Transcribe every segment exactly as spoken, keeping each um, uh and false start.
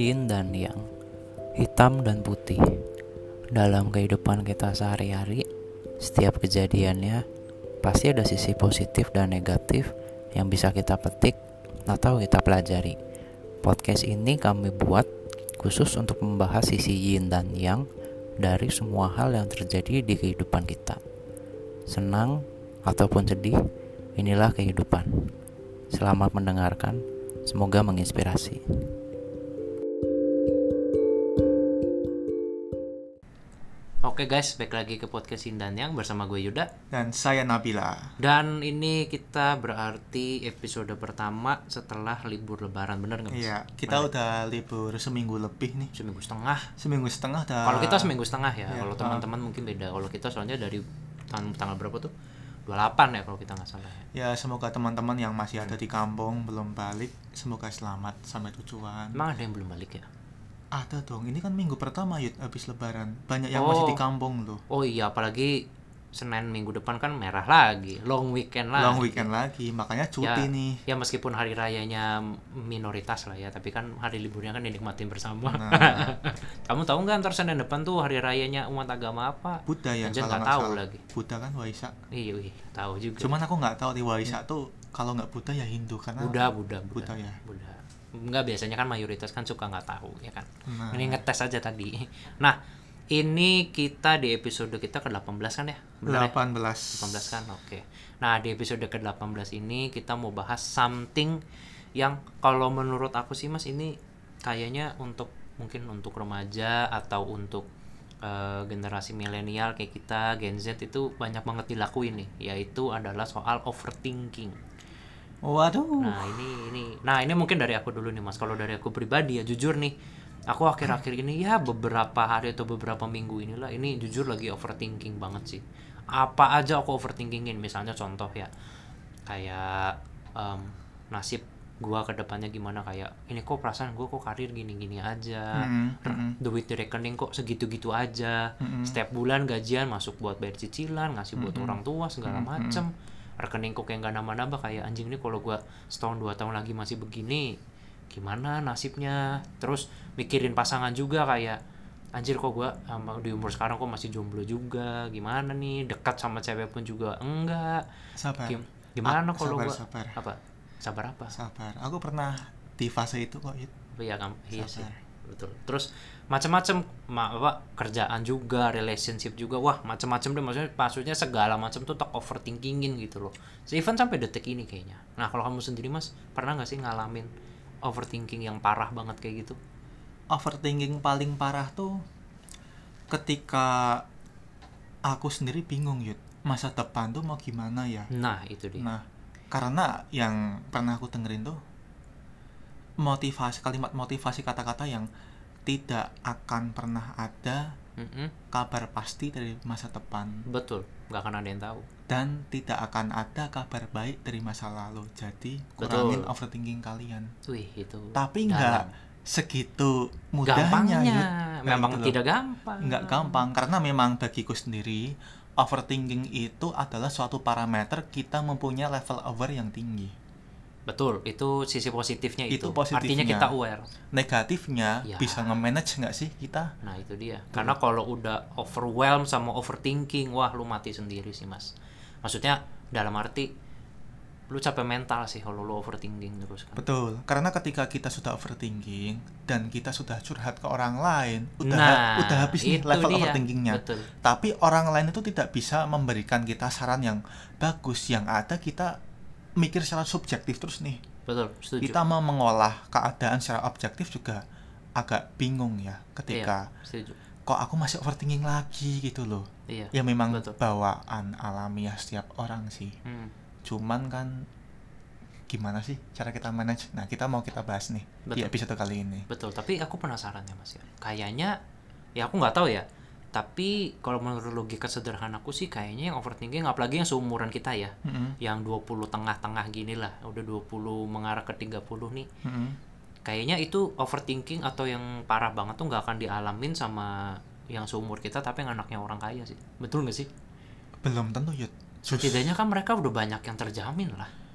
Yin dan yang, hitam dan putih. Dalam kehidupan kita sehari-hari, setiap kejadiannya pasti ada sisi positif dan negatif yang bisa kita petik atau kita pelajari. Podcast ini kami buat khusus untuk membahas sisi yin dan yang dari semua hal yang terjadi di kehidupan kita. Senang ataupun sedih, inilah kehidupan. Selamat mendengarkan, semoga menginspirasi. Oke guys, balik lagi ke podcast Yin dan Yang bersama gue Yuda. Dan saya Nabila. Dan ini kita berarti episode pertama setelah libur lebaran, bener gak mas? Iya, kita Bener. Udah libur seminggu lebih nih. Seminggu setengah. Seminggu setengah dah. Kalau kita seminggu setengah ya, Iya, kalau uh. teman-teman mungkin beda. Kalau kita soalnya dari tang- tanggal berapa tuh? dua puluh delapan ya kalau kita gak salah ya. Ya semoga teman-teman yang masih ada di kampung belum balik, semoga selamat sampai tujuan. Emang ada yang belum balik ya? Ada dong, ini kan minggu pertama Yud, habis lebaran. Banyak yang Oh. masih di kampung loh. Oh iya, apalagi Senin minggu depan kan merah lagi, long weekend lagi. Long weekend lagi, makanya cuti ya, nih. Ya meskipun hari rayanya minoritas lah ya, tapi kan hari liburnya kan dinikmatin bersama. Nah. Kamu tahu nggak ntar Senin depan tuh hari rayanya umat agama apa? Buddha ya, Anjir kalau nggak nggak tahu salah. lagi. Buddha kan Waisak. Iya, iya, tahu juga. Cuman aku nggak tahu di Waisak tuh kalau nggak Buddha ya Hindu karena. Buddha, Buddha, Buddha ya. Buddha. Enggak, biasanya kan mayoritas kan suka nggak tahu ya kan. Nah. Ini ngetes aja tadi. Nah, ini kita di episode kita ke delapan belas kan ya? Benar delapan belas. Ya? delapan belas kan, oke. Nah, di episode ke delapan belas ini kita mau bahas something yang kalau menurut aku sih Mas ini kayaknya untuk mungkin untuk remaja atau untuk uh, generasi milenial kayak kita Gen Z itu banyak banget dilakuin nih, yaitu adalah soal overthinking. Waduh. Nah ini ini, nah ini mungkin dari aku dulu nih Mas. Kalau dari aku pribadi ya jujur nih, aku akhir-akhir ini ya beberapa hari atau beberapa minggu inilah ini jujur lagi overthinking banget sih. Apa aja aku overthinkingin, misalnya contoh ya kayak um, nasib gua ke depannya gimana, kayak ini kok perasaan gua kok karir gini-gini aja, Mm-hmm, mm-hmm. duit di rekening kok segitu-gitu aja, Mm-hmm. setiap bulan gajian masuk buat bayar cicilan, ngasih buat Mm-hmm. orang tua segala Mm-hmm. macem, rekening kok kayak nggak nambah-nambah, kayak anjing nih kalau gua setahun dua tahun lagi masih begini gimana nasibnya. Terus mikirin pasangan juga, kayak anjir kok gua um, di umur sekarang kok masih jomblo juga, gimana nih, dekat sama cewek pun juga enggak. Sabar. Gim- gimana Ah, kalau sabar, gua sabar. apa sabar apa Sabar. Aku pernah di fase itu kok. It. ya kan, iya sih, Sabar. betul. Terus macam-macam ma- apa kerjaan juga, relationship juga, wah macam-macam deh, maksudnya maksudnya segala macam tuh tak overthinkingin gitu loh. So, even sampai detik ini kayaknya. Nah kalau kamu sendiri Mas, pernah nggak sih ngalamin overthinking yang parah banget kayak gitu? Overthinking paling parah tuh ketika aku sendiri bingung Yud, masa depan tuh mau gimana ya. Nah itu dia. Nah, karena yang pernah aku dengerin tuh motivasi, kalimat motivasi, kata-kata yang tidak akan pernah ada Mm-mm. kabar pasti dari masa depan, Betul, nggak akan ada yang tahu. dan tidak akan ada kabar baik dari masa lalu. Jadi Betul. kurangin overthinking kalian. Wih itu. Tapi dalam. nggak segitu mudahnya Gampangnya, Yud. memang Gitu loh. tidak gampang. Nggak gampang, karena memang bagiku sendiri overthinking itu adalah suatu parameter kita mempunyai level aware yang tinggi. Betul, itu sisi positifnya itu. Itu positifnya. Artinya kita aware. Negatifnya Ya. bisa nge-manage nggak sih kita? Nah itu dia. Karena kalau udah overwhelmed sama overthinking, wah lu mati sendiri sih Mas. Maksudnya dalam arti lu capek mental sih kalau lu overthinking terus kan. Betul, karena ketika kita sudah overthinking dan kita sudah curhat ke orang lain, udah Nah, udah habis nih itu level dia. overthinkingnya. Betul. Tapi orang lain itu tidak bisa memberikan kita saran yang bagus. Yang ada kita mikir secara subjektif terus nih. Betul, setuju. Kita mau mengolah keadaan secara objektif juga agak bingung ya ketika Iya, setuju. kok aku masih overthinking lagi gitu loh. Iya. Ya memang betul. bawaan alamiah setiap orang sih. Hmm. Cuman kan gimana sih cara kita manage? Nah, kita mau kita bahas nih Betul. di episode kali ini. Betul, tapi aku penasaran ya Mas ya. Kayaknya ya aku nggak tahu ya. Tapi kalau menurut logika sederhanaku sih kayaknya yang overthinking, apalagi yang seumuran kita ya, Mm-hmm. yang dua puluh tengah-tengah gini lah, udah dua puluh mengarah ke tiga puluh nih. Mm-hmm. Kayaknya itu overthinking atau yang parah banget tuh nggak akan dialamin sama yang seumur kita tapi yang anaknya orang kaya sih. Betul nggak sih? Belum tentu Yud. Setidaknya kan mereka udah banyak yang terjamin lah.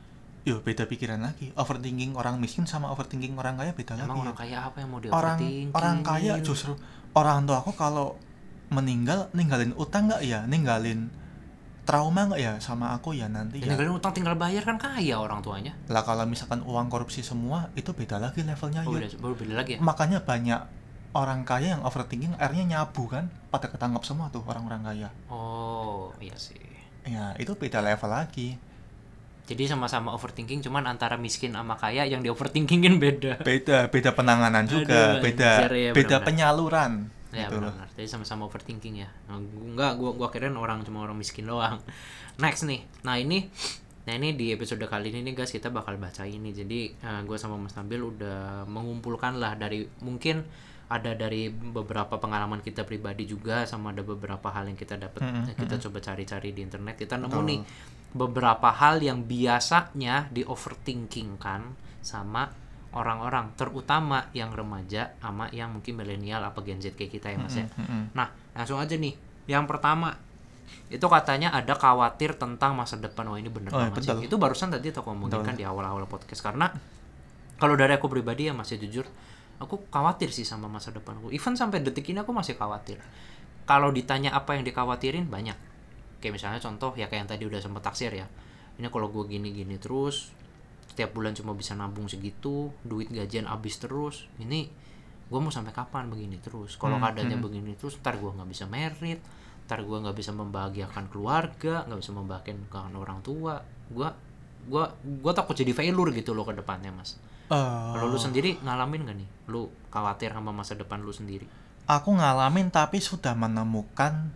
yo beda pikiran lagi. Overthinking orang miskin sama overthinking orang kaya beda Emang lagi. orang kaya apa yang mau di Orang overthinking? orang kaya justru orang tua aku kalau meninggal ninggalin utang nggak ya, ninggalin trauma nggak ya sama aku ya nanti ya. ya. Ninggalin utang tinggal bayar kan kaya orang tuanya. Lah kalau misalkan uang korupsi semua itu beda lagi levelnya Oh, ya. beda, baru beda lagi ya. Makanya banyak orang kaya yang overthinking akhirnya nyabu kan, pada ketangkap semua tuh orang-orang kaya. Oh iya sih. Ya itu beda level lagi. Jadi sama-sama overthinking, cuman antara miskin sama kaya yang di overthinkingin beda. Beda beda penanganan juga, Aduh, beda anjir, ya, beda benar-benar. penyaluran. Ya gitu loh. benar. Jadi sama-sama overthinking ya. Nah, gua, enggak, gua gua kirain orang cuma orang miskin doang. Next nih. Nah, ini nah ini di episode kali ini nih guys, kita bakal baca ini. Jadi uh, gue sama Mas Nabil udah mengumpulkan lah dari, mungkin ada dari beberapa pengalaman kita pribadi juga, sama ada beberapa hal yang kita dapat, Mm-hmm. kita coba cari-cari di internet. Kita nemu nih beberapa hal yang biasanya di overthinking kan sama orang-orang, terutama yang remaja sama yang mungkin milenial apa Gen Z kayak kita ya Mas ya. Mm-hmm. Nah, langsung aja nih. Yang pertama, itu katanya ada khawatir tentang masa depan. Oh, ini bener Oh, ya, banget betul. sih. Itu barusan tadi aku ngomongin Betul. kan di awal-awal podcast. Karena kalau dari aku pribadi ya masih jujur, aku khawatir sih sama masa depanku. Even sampai detik ini aku masih khawatir. Kalau ditanya apa yang dikhawatirin, banyak. Kayak misalnya contoh ya kayak yang tadi udah sempet taksir ya. Ini kalau gue gini-gini terus, setiap bulan cuma bisa nabung segitu, duit gajian habis terus. Ini gue mau sampai kapan begini terus? Kalau Hmm, keadaannya hmm. begini terus, ntar gue nggak bisa merit, ntar gue nggak bisa membahagiakan keluarga, nggak bisa membahagiakan orang tua. Gue gue gue takut jadi failure gitu loh ke depannya Mas. Eh, Kalau lu sendiri ngalamin gak nih? Lu khawatir sama masa depan lu sendiri? aku ngalamin tapi sudah menemukan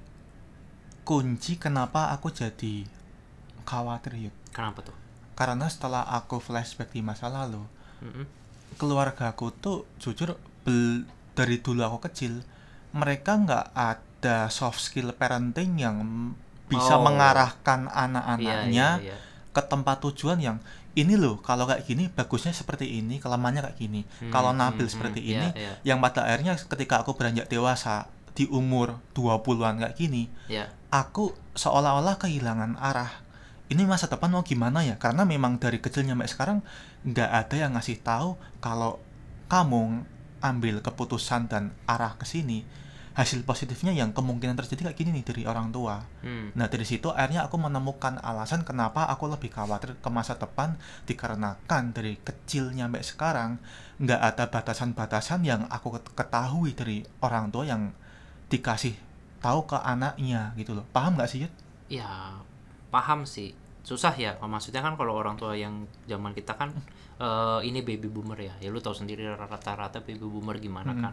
kunci kenapa aku jadi khawatir yuk. Kenapa tuh? Karena setelah aku flashback di masa lalu, Mm-mm. keluarga aku tuh jujur bel- dari dulu aku kecil mereka nggak ada soft skill parenting yang bisa Oh. mengarahkan Iya, anak-anaknya iya, iya. ke tempat tujuan yang ini loh, kalau kayak gini bagusnya seperti ini, kelemahannya kayak gini. Hmm, Kalau hmm, nabil hmm, seperti iya, ini, iya. yang pada akhirnya ketika aku beranjak dewasa di umur dua puluhan kayak gini, Ya, aku seolah-olah kehilangan arah. Ini masa depan mau gimana ya? Karena memang dari kecil sampai sekarang nggak ada yang ngasih tahu kalau kamu ambil keputusan dan arah ke sini, hasil positifnya yang kemungkinan terjadi kayak gini nih dari orang tua. hmm. Nah dari situ akhirnya aku menemukan alasan kenapa aku lebih khawatir ke masa depan, dikarenakan dari kecil sampai sekarang nggak ada batasan-batasan yang aku ketahui dari orang tua yang dikasih tahu ke anaknya gitu loh. Paham nggak sih Yud? Ya paham sih. Susah ya. Maksudnya kan kalau orang tua yang zaman kita kan eh, ini baby boomer ya. Ya lu tahu sendiri rata-rata baby boomer gimana Mm-mm. kan.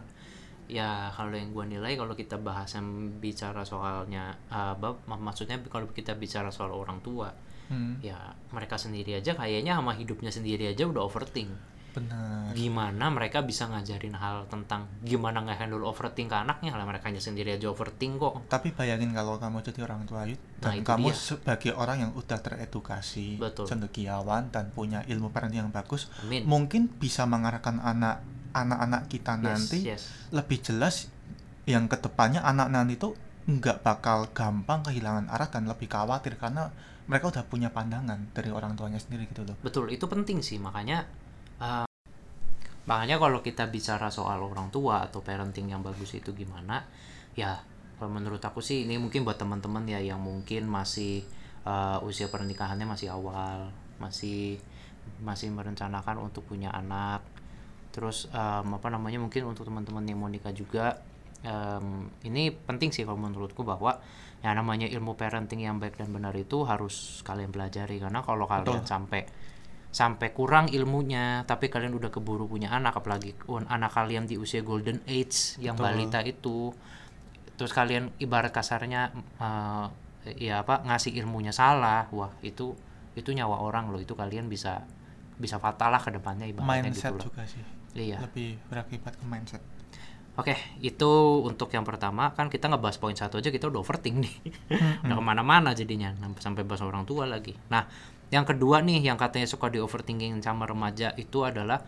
Ya kalau yang gue nilai kalau kita bahas yang bicara soalnya uh, bab, mak- maksudnya kalau kita bicara soal orang tua, Hmm, ya mereka sendiri aja kayaknya sama hidupnya sendiri aja udah overthink. benar. Gimana mereka bisa ngajarin hal tentang gimana nge-handle overthink ke anaknya, lah mereka sendiri aja overthink kok. Tapi bayangin kalau kamu jadi orang tua Yud, Nah, dan itu kamu dia. sebagai orang yang udah teredukasi, Betul. cendekiawan dan punya ilmu parenting yang bagus, Amin. mungkin bisa mengarahkan anak anak-anak kita Yes, nanti yes. lebih jelas yang kedepannya anak nanti itu nggak bakal gampang kehilangan arah dan lebih khawatir karena mereka udah punya pandangan dari orang tuanya sendiri gitu loh. Betul, itu penting sih. Makanya uh, makanya kalau kita bicara soal orang tua atau parenting yang bagus itu gimana, ya kalau menurut aku sih ini mungkin buat teman-teman ya yang mungkin masih uh, usia pernikahannya masih awal, masih masih merencanakan untuk punya anak. Terus um, apa namanya, mungkin untuk teman-teman yang mau nikah juga, um, ini penting sih kalau menurutku, bahwa yang namanya ilmu parenting yang baik dan benar itu harus kalian pelajari. Karena kalau kalian Betul. sampai sampai kurang ilmunya tapi kalian udah keburu punya anak, apalagi un- anak kalian di usia golden age yang Betul. balita itu, terus kalian ibarat kasarnya uh, ya apa ngasih ilmunya salah, wah itu itu nyawa orang loh, itu kalian bisa bisa fatal lah ke depannya ibaratnya Mindset gitu loh. juga sih. Iya. Lebih berakibat ke mindset. Oke, itu untuk yang pertama. Kan kita ngebahas poin satu aja kita udah overthink nih. Udah kemana-mana jadinya, sampai bahas orang tua lagi. Nah, yang kedua nih yang katanya suka di overthinking sama remaja itu adalah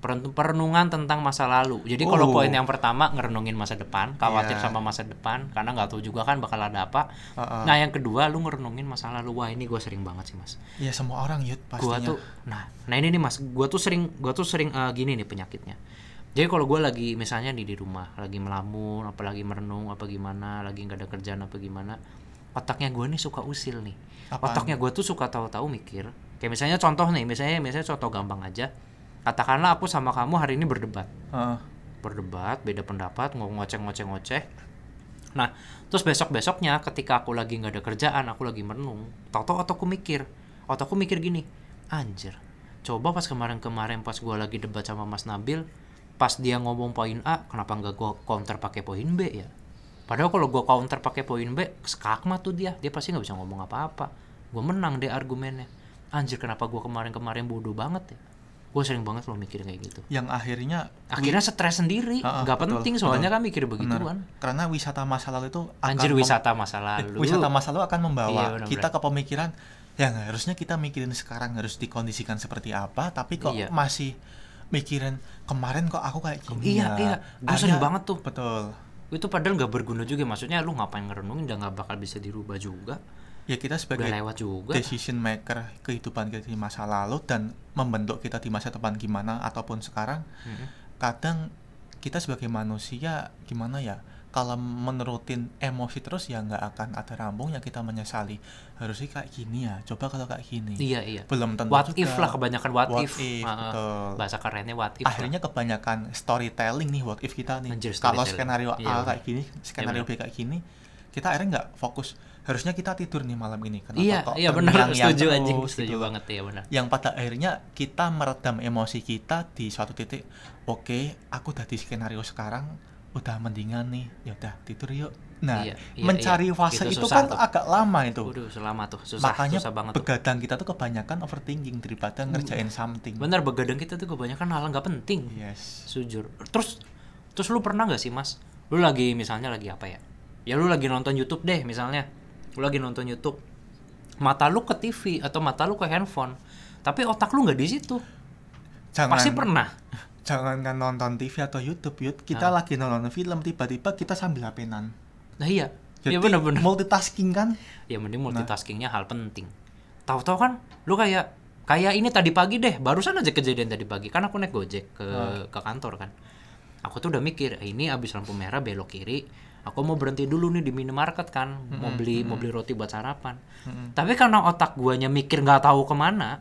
perenungan tentang masa lalu. Jadi kalau Oh. poin yang pertama ngerenungin masa depan, khawatir Iya. sama masa depan karena nggak tahu juga kan bakal ada apa. Uh-uh. Nah yang kedua lu ngerenungin masa lalu. Wah ini gue sering banget sih mas. Ya semua orang Yud Gua pastinya. tuh, nah, nah ini nih mas, gua tuh sering, gua tuh sering uh, gini nih penyakitnya. Jadi kalau gue lagi misalnya di di rumah, lagi melamun, apalagi merenung, apa gimana, lagi nggak ada kerjaan apa gimana, otaknya gue nih suka usil nih. Apaan? Otaknya gue tuh suka tahu-tahu mikir. Kayak misalnya contoh nih, misalnya misalnya contoh gampang aja. Katakanlah aku sama kamu hari ini berdebat, Uh, berdebat, beda pendapat, ngoceh-ngoceh-ngoceh. Nah, terus besok-besoknya ketika aku lagi nggak ada kerjaan, aku lagi merenung, tahu-tahu otakku mikir, otakku mikir gini, anjir, coba pas kemarin-kemarin pas gue lagi debat sama Mas Nabil, pas dia ngomong poin A, kenapa nggak gue counter pakai poin B ya? Padahal kalau gue counter pakai poin B, skakmat tuh dia, dia pasti nggak bisa ngomong apa-apa. Gue menang deh argumennya. Anjir, kenapa gue kemarin-kemarin bodoh banget ya? Gue sering banget loh mikir kayak gitu. yang akhirnya Akhirnya stres sendiri, Uh-uh, nggak betul, penting soalnya betul. kan mikir begituan. Benar. Karena wisata masa lalu itu akan Anjir mem- wisata masa eh, lalu. wisata masa lalu akan membawa Iya, benar-benar. kita ke pemikiran yang harusnya kita mikirin sekarang harus dikondisikan seperti apa, tapi kok Iya. masih mikirin kemarin kok aku kayak gini Iya, ya. iya. Gua Akhirnya- sering banget tuh. Betul. Itu padahal nggak berguna juga, maksudnya lu ngapain ngerenungin udah nggak bakal bisa dirubah juga, Ya kita sebagai udah lewat juga. decision maker kehidupan kita di masa lalu dan membentuk kita di masa depan gimana ataupun sekarang, Mm-mm. kadang kita sebagai manusia gimana ya, kalau menurutin emosi terus ya nggak akan ada rambungnya, kita menyesali harusnya kayak gini ya, coba kalau kayak gini. Iya iya. Belum tentu What juga. if lah, kebanyakan what, What if. if, Ah, ah. betul. Bahasa kerennya what if. Akhirnya kebanyakan storytelling nih what if kita nih. Anjir, Kalau storytelling. skenario Iya, A benar. kayak gini, skenario Iya, B kayak gini, kita akhirnya nggak fokus. Harusnya kita tidur nih malam ini. Kenapa Iya kok iya benar, terngiang-ngiang setuju terus anjing, gitu setuju loh. banget ya benar. Yang pada akhirnya kita meredam emosi kita di suatu titik. Oke, aku udah di skenario sekarang, udah mendingan nih, ya udah tidur yuk. Nah, Iya, iya, mencari iya. fase Itu itu, susah kan tuh. agak lama itu. Waduh, selama tuh susah, Makanya susah banget tuh. begadang kita tuh kebanyakan overthinking daripada ngerjain something. Bener, begadang kita tuh kebanyakan hal nggak penting. Yes. Sujur. Terus terus lu pernah nggak sih mas? Lu lagi misalnya lagi apa ya? Ya lu lagi nonton YouTube deh misalnya. Lu lagi nonton YouTube. Mata lu ke T V atau mata lu ke handphone. Tapi otak lu nggak di situ. Jangan, Pasti pernah. Jangan kan nonton T V atau YouTube, Yud. Kita Ah. lagi nonton film, tiba-tiba kita sambil H P-nan. Nah iya. Jadi Iya bener-bener. multitasking kan? Ya mending Nah. multitaskingnya hal penting. Tahu-tahu kan lu kayak kayak ini tadi pagi deh, barusan aja kejadian tadi pagi. Kan aku naik Gojek ke Ah. ke kantor kan. Aku tuh udah mikir, "Eh, ini abis lampu merah belok kiri. Aku mau berhenti dulu nih di minimarket kan, mau beli mau beli roti buat sarapan." Mm-mm. Tapi karena otak guanya mikir nggak tahu kemana,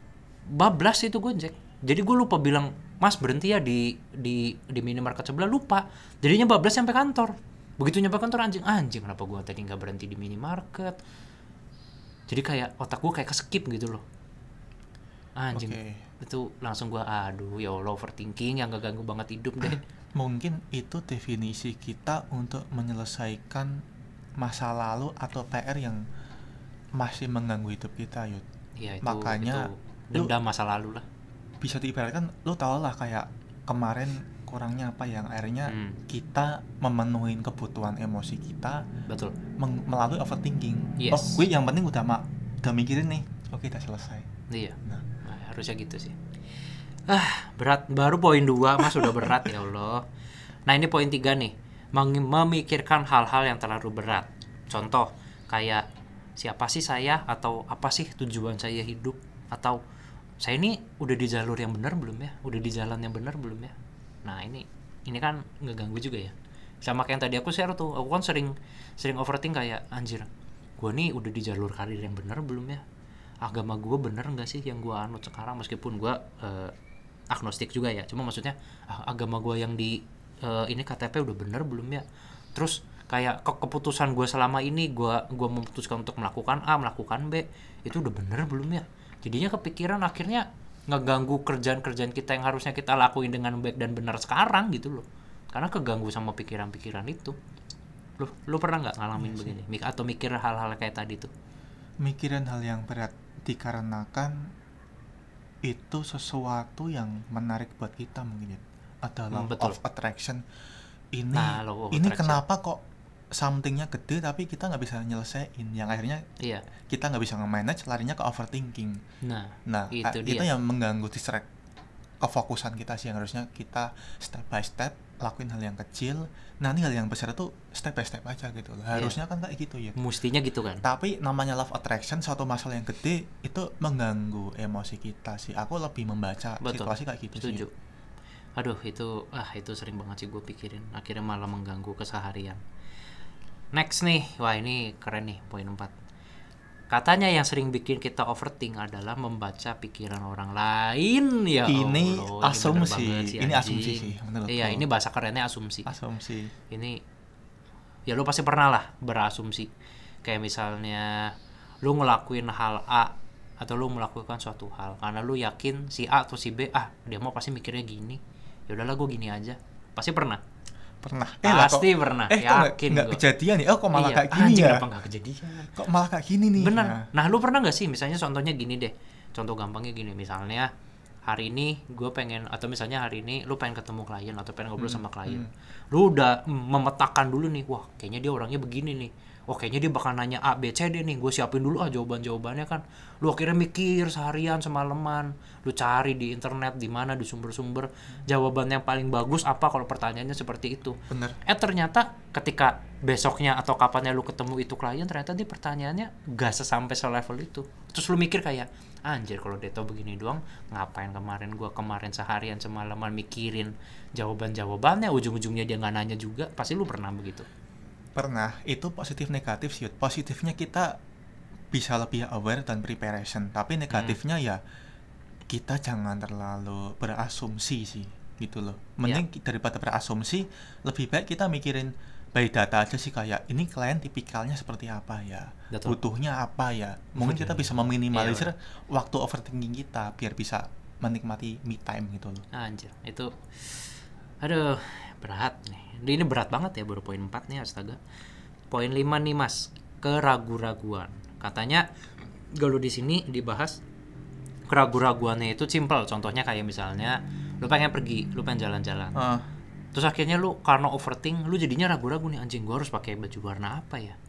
bablas itu Gojek. Jadi gue lupa bilang, "Mas berhenti ya di di di minimarket sebelah." Lupa. Jadinya bablas sampai kantor. Begitu nyampe kantor anjing, anjing kenapa gue tadi nggak berhenti di minimarket? Jadi kayak otak gue kayak keskip gitu loh. Anjing. Oke. Itu langsung gue aduh ya Allah, overthinking yang gak ganggu banget hidup deh. Mungkin itu definisi kita untuk menyelesaikan masa lalu atau P R yang masih mengganggu hidup kita, Yud. Ya itu, Makanya itu lu- dendam masa lalu lah. Bisa diibaratkan, lu tau lah kayak kemarin kurangnya apa yang akhirnya Hmm. kita memenuhi kebutuhan emosi kita Betul. meng- melalui overthinking. Yes. Oh, gue yang penting udah mak udah mikirin nih. Oke, udah selesai. Iya. Nah. Nah, harusnya gitu sih. Ah, berat. Baru poin dua mas sudah berat ya Allah. Nah, ini poin tiga nih. Meng- memikirkan hal-hal yang terlalu berat. Contoh, kayak siapa sih saya, atau apa sih tujuan saya hidup, atau saya ini udah di jalur yang benar belum ya? Udah di jalan yang benar belum ya? Nah, ini ini kan ngeganggu juga ya. Sama kayak yang tadi aku share tuh, aku kan sering sering overthink kayak anjir. Gue nih udah di jalur karir yang benar belum ya? Agama gue bener nggak sih yang gue anut sekarang, meskipun gue uh, agnostik juga ya, cuma maksudnya ah, agama gue yang di uh, ini K T P udah bener belum ya. Terus kayak ke keputusan gue selama ini, gue gue memutuskan untuk melakukan A, melakukan B, itu udah bener belum ya. Jadinya kepikiran, akhirnya ngeganggu kerjaan-kerjaan kita yang harusnya kita lakuin dengan baik dan benar sekarang gitu loh, karena keganggu sama pikiran-pikiran itu. Lu lu pernah nggak ngalamin Iya sih. begini Mik- atau mikir hal-hal kayak tadi tuh? Mikirin hal yang berat dikarenakan itu sesuatu yang menarik buat kita mungkin ya. Ada law Hmm, betul. of attraction. Ini Nah, law of ini attraction. kenapa kok somethingnya gede tapi kita nggak bisa nyelesain, yang akhirnya Iya. kita nggak bisa nge-manage, larinya ke overthinking. Nah, Nah, itu a- dia. itu yang mengganggu distract kefokusan kita sih, yang harusnya kita step by step lakuin hal yang kecil, nanti hal yang besar itu step by step aja gitu loh. Harusnya kan kayak gitu ya. Mustinya gitu kan. Tapi namanya love attraction, suatu masalah yang gede itu mengganggu emosi kita sih. Aku lebih membaca Betul. situasi kayak gitu Setuju. sih. Aduh itu ah itu sering banget sih gue pikirin, akhirnya malah mengganggu keseharian. Next nih, wah ini keren nih poin empat. Katanya yang sering bikin kita overthink adalah membaca pikiran orang lain. Ya Ini Allah, asumsi. ini bener banget sih, Ini anjing. asumsi sih, menurutku. Iya, ini bahasa kerennya asumsi. Asumsi. Ini ya lu pasti pernah lah berasumsi. Kayak misalnya lu ngelakuin hal A atau lu melakukan suatu hal karena lu yakin si A atau si B, ah dia mau pasti mikirnya gini. Ya udahlah gue gini aja. Pasti pernah. Pernah. Pasti lah, kok, pernah. Eh kok nggak Yakin nggak gua. kejadian nih? Oh kok malah Iya, kayak gini anjing, ya? kenapa nggak kejadian? Kok malah kayak gini nih? Bener. Nah, Nah, lu pernah nggak sih, misalnya contohnya gini deh. Contoh gampangnya gini, misalnya hari ini gue pengen, atau misalnya hari ini lu pengen ketemu klien atau pengen ngobrol sama klien. Lu udah memetakan dulu nih, wah kayaknya dia orangnya begini nih. Oh kayaknya dia bakal nanya A, B, C, D nih. Gue siapin dulu ah jawaban-jawabannya kan. Lu akhirnya mikir seharian semalaman. Lu cari di internet, di mana, di sumber-sumber. Jawaban yang paling bagus apa kalau pertanyaannya seperti itu. bener. Eh ternyata ketika besoknya atau kapannya lu ketemu itu klien, ternyata dia pertanyaannya gak sesampai selevel itu. Terus lu mikir kayak, anjir kalau dia tau begini doang, ngapain kemarin gua kemarin seharian semalaman mikirin jawaban-jawabannya, ujung-ujungnya dia gak nanya juga. Pasti lu pernah begitu. Pernah. Itu positif negatif sih. Positifnya kita bisa lebih aware dan preparation. Tapi negatifnya ya kita jangan terlalu berasumsi sih, gitu loh. Mending daripada berasumsi, lebih baik kita mikirin by data aja sih, kayak ini klien tipikalnya seperti apa ya, Betul. butuhnya apa ya. Mungkin kita bisa meminimalisir waktu overthinking kita biar bisa menikmati me time gitu loh. Anjir, itu aduh, berat nih. Ini berat banget ya, baru poin empat nih, astaga. Poin lima nih, Mas. Keragu-raguan. Katanya kalau di sini dibahas keragu-raguannya itu simple. Contohnya kayak misalnya lu pengen pergi, lu pengen jalan-jalan. Uh, Terus akhirnya lu karena overthink, lu jadinya ragu-ragu nih, anjing gua harus pakai baju warna apa ya?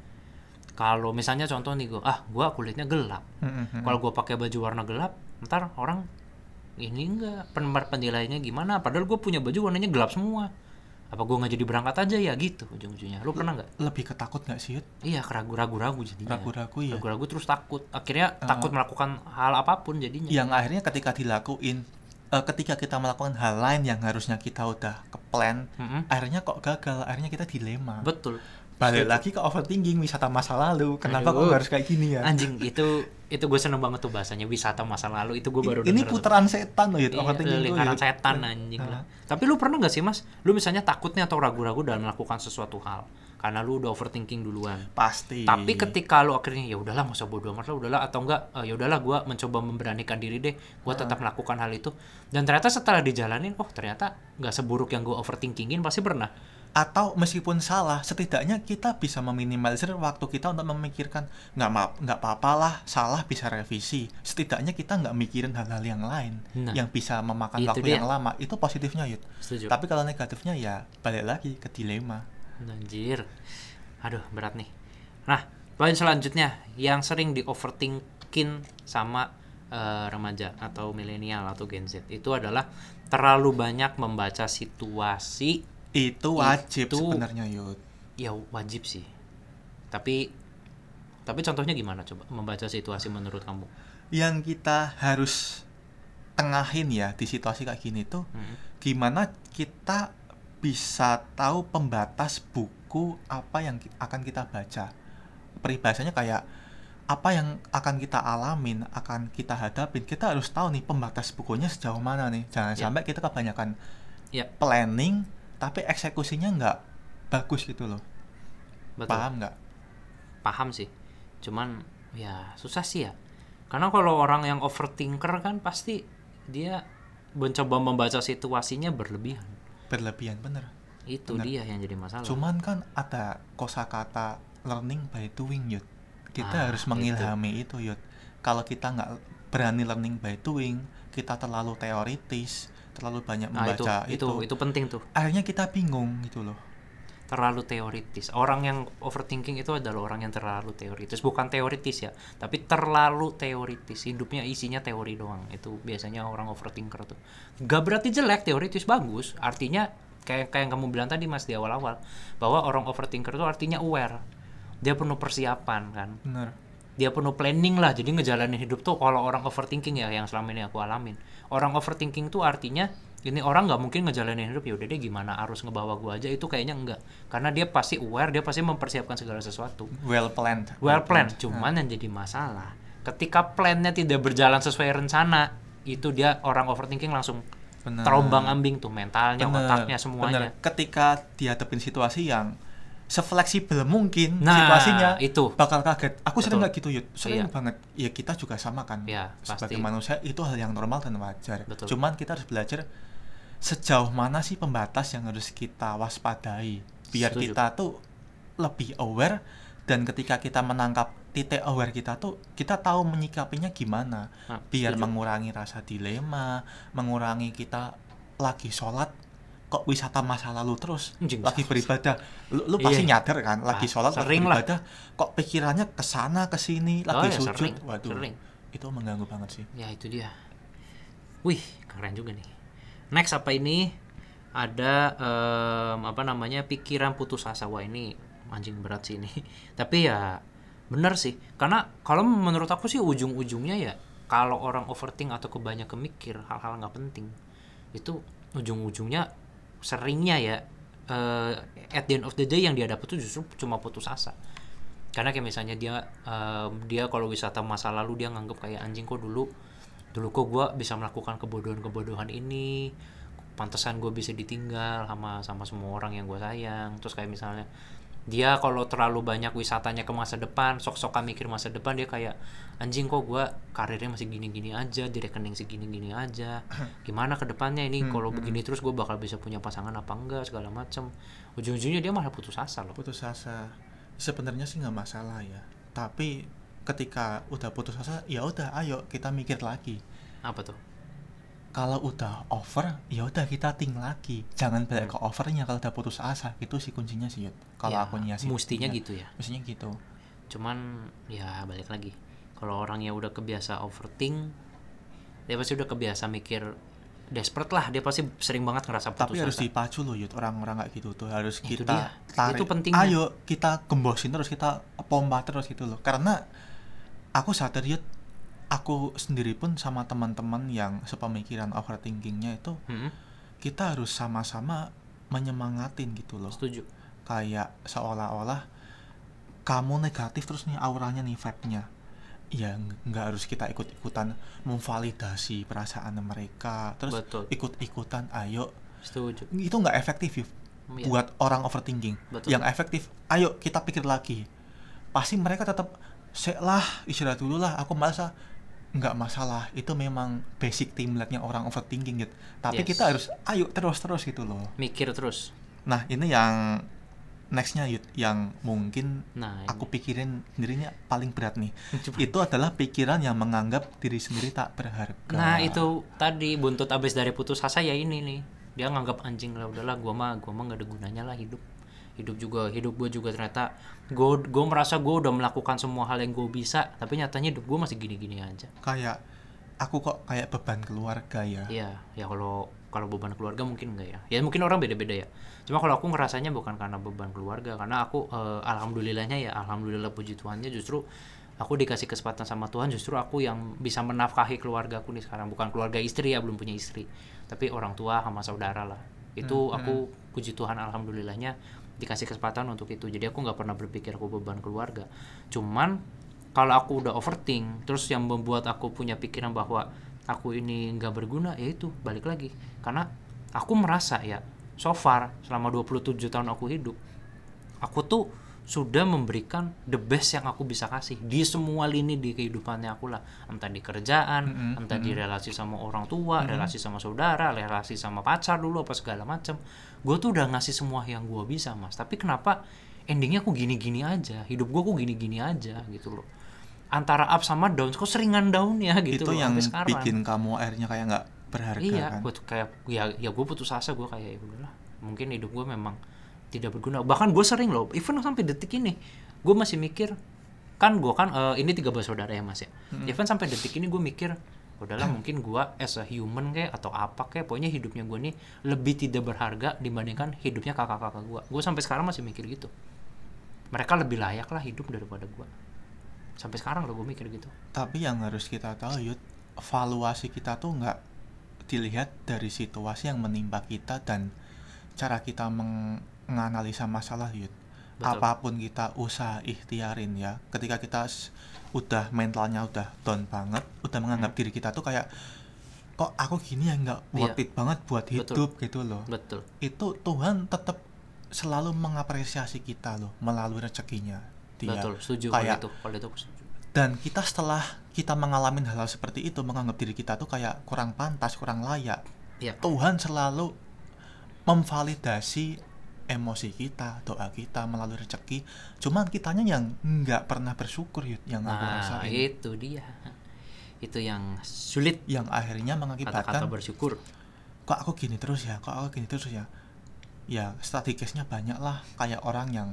Kalau misalnya contoh nih gua, ah gua kulitnya gelap. Kalau gua pakai baju warna gelap, ntar orang ini enggak penilaiannya gimana? Padahal gua punya baju warnanya gelap semua. Apa gua nggak jadi berangkat aja ya gitu ujung-ujungnya. Lu pernah nggak? lebih ketakut nggak sih, Yud? Iya, keragu-ragu jadinya. Ragu-ragu ya. Ragu-ragu terus takut. Akhirnya takut melakukan hal apapun jadinya. Yang akhirnya ketika dilakuin, eh, ketika kita melakukan hal lain yang harusnya kita udah ke plan, Mm-mm. akhirnya kok gagal, akhirnya kita dilema. Betul. Balik Setuju. lagi ke overthinking, wisata masa lalu. Kenapa Aduh. kok harus kayak gini ya? Anjing itu itu gue seneng banget tuh bahasanya wisata masa lalu, itu gue baru Ini denger tuh. putaran setan loh, Yud. Iya, Overthinking itu, lingkaran Yud. setan anjing Nah. lah. Tapi lu pernah gak sih, Mas? Lu misalnya takutnya atau ragu-ragu dalam melakukan sesuatu hal karena lu udah overthinking duluan. Pasti. Tapi ketika lu akhirnya ya udahlah nggak usah bodo amat lah, udahlah, atau enggak eh, ya udahlah gua mencoba memberanikan diri deh, gua tetap melakukan hal itu. Dan ternyata setelah dijalanin, oh ternyata nggak seburuk yang gua overthinkingin, pasti pernah. Atau meskipun salah, setidaknya kita bisa meminimalisir waktu kita untuk memikirkan, nggak ma- nggak apa-apa lah, salah bisa revisi. Setidaknya kita nggak mikirin hal-hal yang lain Nah, yang bisa memakan itu waktu dia. yang lama. Itu positifnya, Yud. Setuju. Tapi kalau negatifnya ya balik lagi ke dilema. Anjir. Aduh, berat nih. Nah, poin selanjutnya yang sering di overthinking sama eh, remaja atau milenial atau Gen Z itu adalah terlalu banyak membaca situasi. Itu wajib Itu- sebenarnya, Yud. Ya wajib sih. Tapi tapi contohnya gimana coba membaca situasi menurut kamu? Yang kita harus tengahin ya di situasi kayak gini tuh, Hmm. gimana kita bisa tahu pembatas buku apa yang ki- akan kita baca. Peribahasanya kayak apa yang akan kita alamin, akan kita hadapin, kita harus tahu nih pembatas bukunya sejauh mana nih. Jangan Ya. sampai kita kebanyakan Ya, planning tapi eksekusinya nggak bagus gitu loh. betul. Paham nggak? Paham sih. Cuman ya susah sih ya. Karena kalau orang yang overthinker kan pasti dia mencoba membaca situasinya berlebihan. Berlebihan, bener. Itu Bener. dia yang jadi masalah. Cuman kan ada kosakata learning by doing, Yud. Kita Ah, harus mengilhami itu, Yud. Kalau kita nggak berani learning by doing, kita terlalu teoritis, terlalu banyak Nah, itu, membaca itu itu penting tuh. akhirnya kita bingung gitu loh. terlalu teoritis. Orang yang overthinking itu adalah orang yang terlalu teoritis. Bukan teoritis ya, tapi terlalu teoritis. Hidupnya isinya teori doang. Itu biasanya orang overthinker tuh. Gak berarti jelek, teoritis bagus. Artinya kayak kayak yang kamu bilang tadi Mas di awal-awal, bahwa orang overthinker itu artinya aware. Dia penuh persiapan kan. Benar. Dia penuh planning lah. Jadi ngejalanin hidup tuh kalau orang overthinking ya yang selama ini aku alamin. Orang overthinking tuh artinya ini orang nggak mungkin ngejalanin hidup ya udah deh gimana harus ngebawa gua aja, itu kayaknya enggak, karena dia pasti aware, dia pasti mempersiapkan segala sesuatu, Well planned. well planned. Cuman yang jadi masalah ketika plannya tidak berjalan sesuai rencana, itu dia orang overthinking langsung Bener. terombang ambing tuh mentalnya, Bener, otaknya, semuanya. bener. Ketika dihadapin situasi yang sefleksibel mungkin Nah, situasinya, itu bakal kaget. Aku Betul. sering nggak gitu Yud, sering Iya. banget. Ya kita juga sama kan. Iya, Sebagai pasti. manusia itu hal yang normal dan wajar. Betul. Cuman kita harus belajar sejauh mana sih pembatas yang harus kita waspadai biar Setuju. kita tuh lebih aware, dan ketika kita menangkap titik aware kita tuh kita tahu menyikapinya gimana Nah, biar setuju. mengurangi rasa dilema, mengurangi kita lagi sholat kok wisata masa lalu terus, Anjing, lagi sama- beribadah lu, lu Iya. pasti nyadar kan, lagi Ah, sholat lagi sering lah. beribadah kok pikirannya kesana kesini, Oh lagi ya, sujud, sering, waduh sering. itu mengganggu banget sih. Ya itu dia. Wih, keren juga nih. Next apa ini? Ada em, apa namanya, pikiran putus asa. Wah ini anjing berat sih ini. Tapi ya bener sih. Karena kalau menurut aku sih ujung-ujungnya ya kalau orang overthink atau kebanyakan mikir hal-hal nggak penting, itu ujung-ujungnya seringnya ya eh, at the end of the day yang dia dapat tuh justru cuma putus asa. Karena kayak misalnya dia em, dia kalau wisata masa lalu dia nganggep kayak anjing kok dulu dulu kok gue bisa melakukan kebodohan-kebodohan ini, pantesan gue bisa ditinggal sama sama semua orang yang gue sayang. Terus kayak misalnya dia kalau terlalu banyak wisatanya ke masa depan, sok-sokan mikir masa depan, dia kayak anjing kok gue karirnya masih gini-gini aja, di rekening segini-gini aja, gimana ke depannya ini kalau begini terus gue bakal bisa punya pasangan apa enggak segala macem. Ujung-ujungnya dia malah putus asa loh. Putus asa sebenarnya sih nggak masalah ya, tapi ketika udah putus asa ya udah ayo kita mikir lagi. Apa tuh? Kalau udah over ya udah kita think lagi, jangan balik ke overnya kalau udah putus asa. Itu sih kuncinya sih Yud. Kalau Ya, aku sih mestinya ya, gitu ya. mestinya gitu. Cuman ya balik lagi, kalau orangnya udah kebiasa overthink, dia pasti udah kebiasa mikir desperate lah, dia pasti sering banget ngerasa putus Tapi harus asa. dipacu loh Yud, orang-orang kayak gitu tuh harus Itu kita dia. tarik. Itu pentingnya. Ayo kita gembosin terus, kita pompa terus gitu loh. Karena aku sadar Yud, aku sendiri pun sama teman-teman yang sepemikiran overthinkingnya itu, Mm-mm, kita harus sama-sama menyemangatin gitu loh. setuju. Kayak seolah-olah kamu negatif terus nih auranya nih, vibe-nya. Ya ng- nggak harus kita ikut-ikutan memvalidasi perasaan mereka, terus Betul. ikut-ikutan ayo. Setuju. Itu nggak efektif Yuf, Iya. buat orang overthinking. Betul. Yang efektif ayo kita pikir lagi. Pasti mereka tetap sek lah, istirahat dulu lah, aku malas. Nggak masalah, itu memang basic teamworknya orang overthinking gitu. Tapi Yes. kita harus ayo terus-terus gitu loh. Mikir terus. Nah ini yang nextnya Yud, yang mungkin Nah, aku pikirin sendirinya paling berat nih. Coba. Itu adalah pikiran yang menganggap diri sendiri tak berharga. Nah itu tadi buntut abis dari putus asa ya ini nih, dia nganggap anjing lah, udahlah gua mah gua mah nggak ada gunanya lah hidup hidup juga hidup gue juga ternyata gue gue merasa gue udah melakukan semua hal yang gue bisa, tapi nyatanya hidup gue masih gini-gini aja. Kayak aku kok kayak beban keluarga ya. Iya ya, kalau kalau beban keluarga mungkin enggak ya, ya mungkin orang beda-beda ya. Cuma kalau aku ngerasanya bukan karena beban keluarga, karena aku eh, alhamdulillahnya ya, alhamdulillah puji Tuhannya, justru aku dikasih kesempatan sama Tuhan, justru aku yang bisa menafkahi keluarga aku nih sekarang. Bukan keluarga istri ya, belum punya istri, tapi orang tua sama saudara lah. Itu Hmm, aku puji Tuhan alhamdulillahnya dikasih kesempatan untuk itu. Jadi aku nggak pernah berpikir aku beban keluarga. Cuman kalau aku udah overthink terus yang membuat aku punya pikiran bahwa aku ini nggak berguna, ya itu balik lagi karena aku merasa ya so far selama dua puluh tujuh tahun aku hidup, aku tuh sudah memberikan the best yang aku bisa kasih di semua lini di kehidupannya aku lah, entah di kerjaan, Mm-mm, entah di relasi sama orang tua, relasi sama saudara, relasi sama pacar dulu apa segala macam. Gue tuh udah ngasih semua yang gue bisa Mas, tapi kenapa endingnya aku gini-gini aja, hidup gue kok gini-gini aja gitu loh, antara up sama down, kok seringan down ya gitu Itu loh, yang sampai sekarang. bikin kamu akhirnya kayak nggak berharga Iya, kan. gue tuh kayak ya ya gue putus asa, gue kayak ya udahlah, mungkin hidup gue memang tidak berguna. Bahkan gue sering loh, even sampai detik ini gue masih mikir, kan gue kan uh, ini tiga bersaudara ya mas ya, hmm. even sampai detik ini gue mikir udahlah mungkin gue as a human kayak atau apa kayak, pokoknya hidupnya gue nih lebih tidak berharga dibandingkan hidupnya kakak-kakak gue. Gue sampai sekarang masih mikir gitu, mereka lebih layak lah hidup daripada gue. Sampai sekarang loh gue mikir gitu. Tapi yang harus kita tahu Yud, valuasi kita tuh nggak dilihat dari situasi yang menimpa kita dan cara kita menganalisa masalah Yud. Betul. Apapun kita usaha ikhtiarin ya, ketika kita udah mentalnya udah down banget, udah menganggap hmm. diri kita tuh kayak kok aku gini ya nggak worth iya. it banget buat hidup. Betul. Gitu loh. Betul. Itu Tuhan tetap selalu mengapresiasi kita loh melalui rezekinya dia. Betul, setuju kayak, kalau itu, kalau itu setuju. Dan kita setelah kita mengalami hal-hal seperti itu, menganggap diri kita tuh kayak kurang pantas, kurang layak, iya. Tuhan selalu memvalidasi emosi kita, doa kita melalui rezeki. Cuman kitanya yang nggak pernah bersyukur Yud, yang aku nah, rasain. itu dia. Itu yang sulit, yang akhirnya mengakibatkan kata-kata bersyukur. Kok aku gini terus ya? Kok aku gini terus ya? Ya, strategisnya banyak lah, kayak orang yang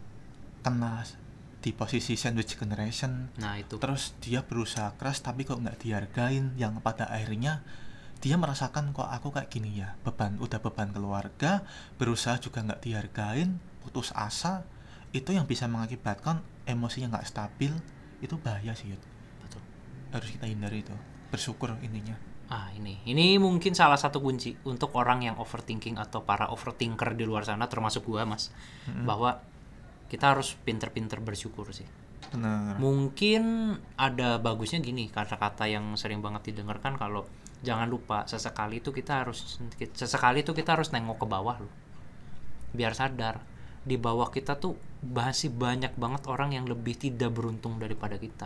kena di posisi sandwich generation. Nah, itu. Terus dia berusaha keras tapi kok nggak dihargain, yang pada akhirnya dia merasakan kok aku kayak gini ya, beban udah beban keluarga, berusaha juga nggak dihargain, putus asa. Itu yang bisa mengakibatkan emosinya nggak stabil. Itu bahaya sih Yud. Betul. Harus kita hindari itu. Bersyukur intinya. Ah ini, ini mungkin salah satu kunci untuk orang yang overthinking atau para overthinker di luar sana, termasuk gua mas, mm-hmm. bahwa kita harus pinter-pinter bersyukur sih. Benar. Mungkin ada bagusnya gini, kata-kata yang sering banget didengarkan kalau jangan lupa sesekali itu kita harus sesekali itu kita harus nengok ke bawah loh, biar sadar di bawah kita tuh masih banyak banget orang yang lebih tidak beruntung daripada kita.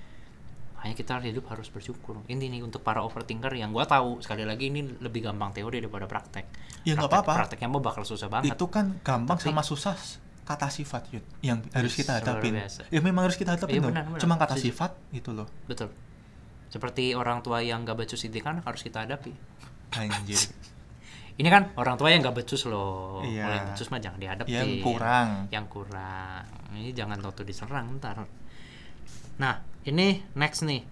Hanya kita hidup harus bersyukur. Ini nih untuk para overthinker yang gue tahu, sekali lagi ini lebih gampang teori daripada praktek. Ya nggak apa-apa. Prakteknya mau bakal susah banget. Itu kan gampang. Tapi, sama susah kata sifat Yud, yang harus kita hadapin. Ya memang harus kita hadapin ya, benar, benar. Cuma kata Setuju. Sifat itu loh. Betul. Seperti orang tua yang gak becus itu kan harus kita hadapi. Anjir. Ini kan orang tua yang gak becus loh. Iya. Kalau yang becus mah jangan dihadapi. Yang kurang. Yang kurang. Ini jangan waktu diserang ntar. Nah, ini next nih.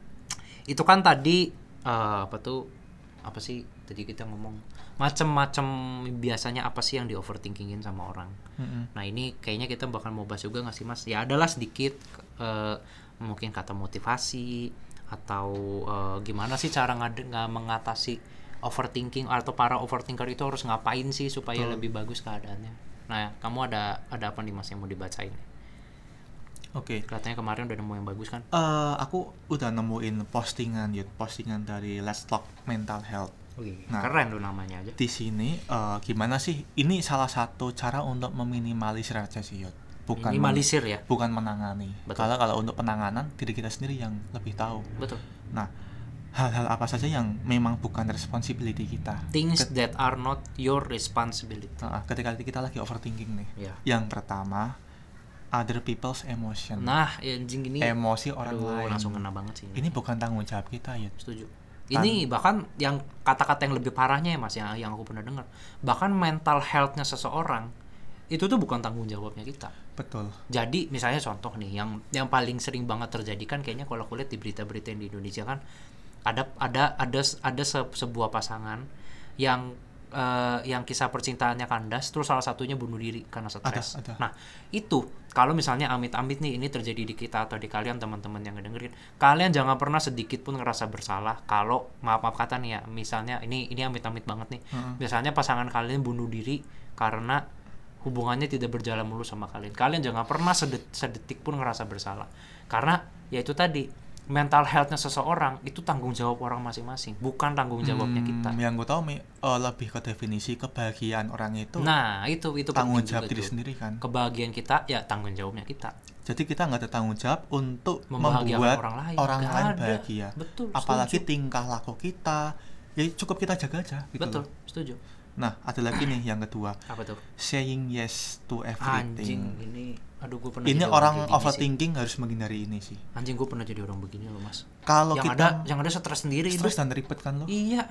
Itu kan tadi uh, apa tuh? Apa sih tadi kita ngomong macam-macam biasanya apa sih yang di overthinkingin sama orang. Mm-hmm. Nah, ini kayaknya kita bakal mau bahas juga nggak sih Mas? Ya adalah sedikit uh, mungkin kata motivasi atau uh, gimana sih cara ngad- nggak mengatasi overthinking, atau para overthinker itu harus ngapain sih supaya Betul. lebih bagus keadaannya. Nah, kamu ada ada apa nih Mas yang mau dibacain? Oke. Okay. Katanya kemarin udah nemu yang bagus kan? Uh, aku udah nemuin postingan Yud, postingan dari Let's Talk Mental Health. Wih, nah, keren tuh namanya aja. Di sini uh, gimana sih? Ini salah satu cara untuk meminimalisir aja sih Yud. Bukan minimalisir men- ya, bukan menangani. Kalau kalau untuk penanganan diri kita sendiri yang lebih tahu. Betul. Nah, hal-hal apa saja yang memang bukan responsibility kita. Things Ket- that are not your responsibility. Nah, ketika kita lagi overthinking nih. Yeah. Yang pertama, other people's emotion. Nah, anjing ini. Emosi orang aduh, lain. Langsung kena banget sih. Ini, ini bukan tanggung jawab kita ya. Setuju. Tan- ini bahkan yang kata-kata yang lebih parahnya ya Mas, yang yang aku pernah dengar. Bahkan mental health-nya seseorang itu tuh bukan tanggung jawabnya kita. Betul. Jadi misalnya contoh nih yang yang paling sering banget terjadi kan kayaknya kalau aku lihat di berita-berita yang di Indonesia kan ada ada ada ada se- sebuah pasangan yang uh, yang kisah percintaannya kandas, terus salah satunya bunuh diri karena stres. Ada, ada. Nah, itu kalau misalnya amit-amit nih ini terjadi di kita atau di kalian teman-teman yang ngedengerin, kalian jangan pernah sedikit pun ngerasa bersalah kalau maaf-maaf kata nih ya, misalnya ini ini amit-amit banget nih. Uh-huh. Misalnya pasangan kalian bunuh diri karena hubungannya tidak berjalan mulus sama kalian. Kalian jangan pernah sedet- sedetik pun ngerasa bersalah. Karena ya itu tadi, mental health-nya seseorang itu tanggung jawab orang masing-masing, bukan tanggung jawabnya hmm, kita. Yang gue tahu uh, lebih ke definisi kebahagiaan orang itu. Nah, itu itu tanggung jawab diri sendiri kan. Kebahagiaan kita ya tanggung jawabnya kita. Jadi kita nggak ada tanggung jawab untuk membuat orang lain, orang lain bahagia. Betul. Apalagi setuju. tingkah laku kita, ya cukup kita jaga aja. Gitu Betul, loh. setuju. Nah, ada lagi nih yang kedua. Apa tuh? Saying yes to everything. Anjing, ini aduh gue pernah ini orang overthinking sih. Harus menghindari ini sih. Anjing, gue pernah jadi orang begini loh Mas. Kalau yang kita ada yang ada stres sendiri stres dan ribet kan lo. Iya.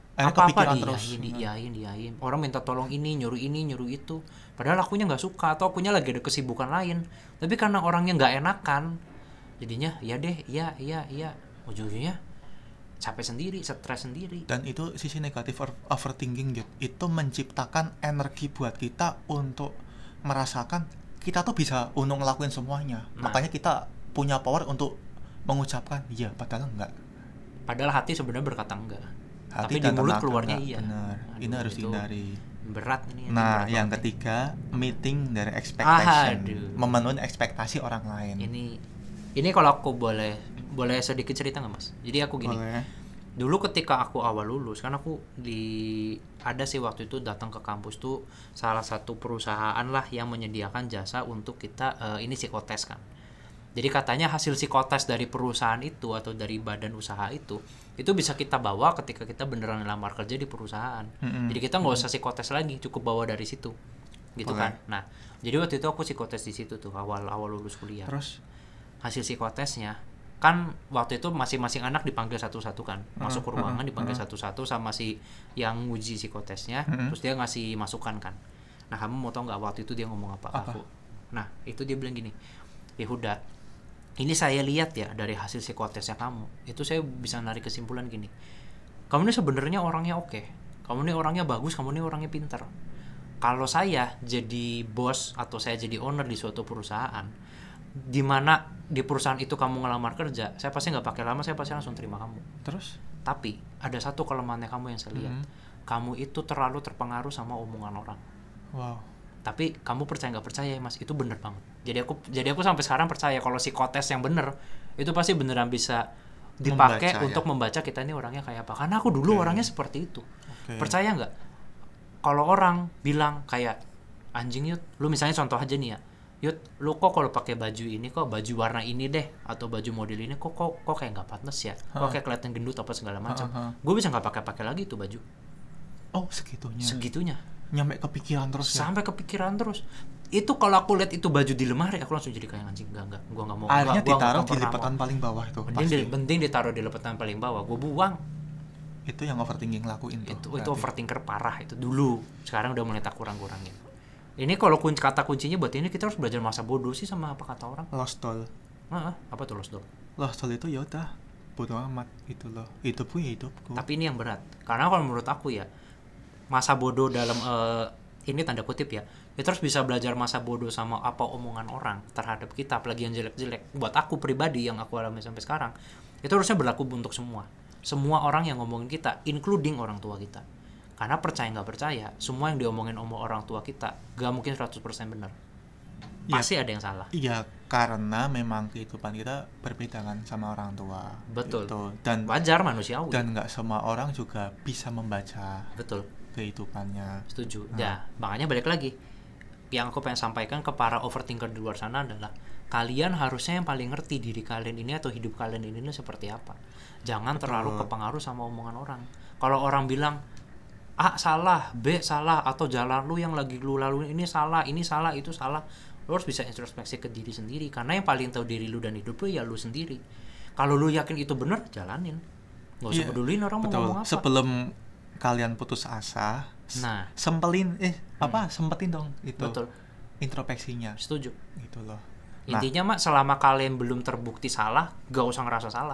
Akhirnya apa-apa kepikiran diiyain, terus. diiyain, diiyain. Orang minta tolong ini, nyuruh ini, nyuruh itu. Padahal akunya nggak suka atau akunya lagi ada kesibukan lain. Tapi karena orangnya nggak enakan, jadinya ya deh, iya, iya, iya. Ujung-ujungnya capek sendiri, stres sendiri. Dan itu sisi negatif over- overthinking Jud. Itu menciptakan energi buat kita untuk merasakan kita tuh bisa untuk ngelakuin semuanya. Nah. Makanya kita punya power untuk mengucapkan iya padahal enggak. Padahal hati sebenarnya berkata enggak. Hati Tapi di dan mulut tenaga keluarnya enggak. iya. Benar. Aduh, Ini harus itu dihindari. Berat ini. ini Nah, berat yang banget nih. ketiga, meeting dari expectation. Aduh. Memenuhi ekspektasi orang lain. Ini ini kalau aku boleh boleh sedikit cerita nggak Mas? Jadi aku gini. Boleh. Dulu ketika aku awal lulus, kan aku di ada sih waktu itu datang ke kampus tuh salah satu perusahaan lah yang menyediakan jasa untuk kita eh, ini psikotes kan. Jadi katanya hasil psikotes dari perusahaan itu atau dari badan usaha itu itu bisa kita bawa ketika kita beneran lamar kerja di perusahaan. Mm-mm. Jadi kita nggak usah psikotes lagi, cukup bawa dari situ, gitu Boleh. kan. Nah, jadi waktu itu aku psikotes di situ tuh awal awal lulus kuliah. Terus Hasil psikotesnya kan waktu itu masing-masing anak dipanggil satu-satu kan, masuk ke ruangan dipanggil satu-satu sama si yang nguji psikotesnya, Mm-mm. terus dia ngasih masukan kan. Nah, kamu mau tau nggak waktu itu dia ngomong apa ke Apa? aku? Nah, itu dia bilang gini, Yehuda, ini saya lihat ya dari hasil psikotesnya kamu, itu saya bisa narik kesimpulan gini, kamu ini sebenarnya orangnya oke, kamu ini orangnya bagus, kamu ini orangnya pinter. Kalau saya jadi bos atau saya jadi owner di suatu perusahaan, di mana di perusahaan itu kamu ngelamar kerja, saya pasti nggak pakai lama, saya pasti langsung terima kamu. terus Tapi ada satu kelemahannya kamu yang saya lihat, Mhm. kamu itu terlalu terpengaruh sama omongan orang. wow. Tapi kamu percaya nggak percaya ya Mas, itu bener banget. Jadi aku jadi aku sampai sekarang percaya kalau psikotes yang bener itu pasti beneran bisa dipakai Membaca, untuk ya? membaca kita ini orangnya kayak apa. Karena aku dulu Oke. orangnya seperti itu. Oke. Percaya nggak? Kalau orang bilang kayak anjing Yud, lu misalnya contoh aja nih ya, Yud, lu kok kalau pakai baju ini kok baju warna ini deh atau baju model ini kok kok, kok kayak nggak pantas ya, kok kayak kelihatan gendut apa segala macam. Ha, ha, ha. Gue bisa nggak pakai-pakai lagi tuh baju. Oh segitunya. Segitunya. Nyampe kepikiran terus ya. Sampai kepikiran terus. Itu kalau aku lihat itu baju di lemari, aku langsung jadi kayak anjing, enggak enggak, gua enggak mau. Akhirnya enggak, gua ditaruh enggak di pernah lipatan mau. paling bawah itu. Mending, Pasti. di, mending ditaruh di lipatan paling bawah, gua buang. Itu yang overthinking lakuin tuh. Itu itu berarti. overthinker parah itu dulu. Sekarang udah mulai tak kurang-kurangin. Ini kalau kunci kata kuncinya buat ini kita harus belajar masa bodoh sih sama apa kata orang. Lost doll. Nah, apa tuh lost dog? Lost doll itu ya udah bodo amat itu loh. Hidupku ya hidupku. Tapi ini yang berat. Karena kalau menurut aku ya, masa bodoh dalam eh, ini tanda kutip ya, kita harus bisa belajar masa bodoh sama apa omongan orang terhadap kita, apalagi yang jelek-jelek. Buat aku pribadi yang aku alami sampai sekarang, itu harusnya berlaku untuk semua. Semua orang yang ngomongin kita, including orang tua kita. Karena percaya nggak percaya, semua yang diomongin omong orang tua kita gak mungkin seratus persen benar. Iya. Pasti ada yang salah. Iya, karena memang kehidupan kita berbeda kan sama orang tua. Betul. Gitu. Dan Wajar, manusiawi. dan nggak semua orang juga bisa membaca Betul. kehidupannya. Setuju. Nah. Ya, makanya balik lagi. Yang aku pengen sampaikan ke para overthinker di luar sana adalah kalian harusnya yang paling ngerti diri kalian ini atau hidup kalian ini, ini seperti apa. Jangan Betul. terlalu kepengaruh sama omongan orang. Kalau orang bilang A salah, B salah, atau jalan lu yang lagi lu laluin ini salah, ini salah, itu salah, lu harus bisa introspeksi ke diri sendiri. Karena yang paling tahu diri lu dan hidup lu ya lu sendiri. Kalau lu yakin itu benar, jalanin. Gak usah Iya, pedulin orang mau betul. ngomong apa. Sebelum kalian putus asa, s- Nah. sempelin eh apa sempetin dong itu Betul. introspeksinya Setuju. gitu loh. Nah, Intinya mak, selama kalian belum terbukti salah, gak usah ngerasa salah.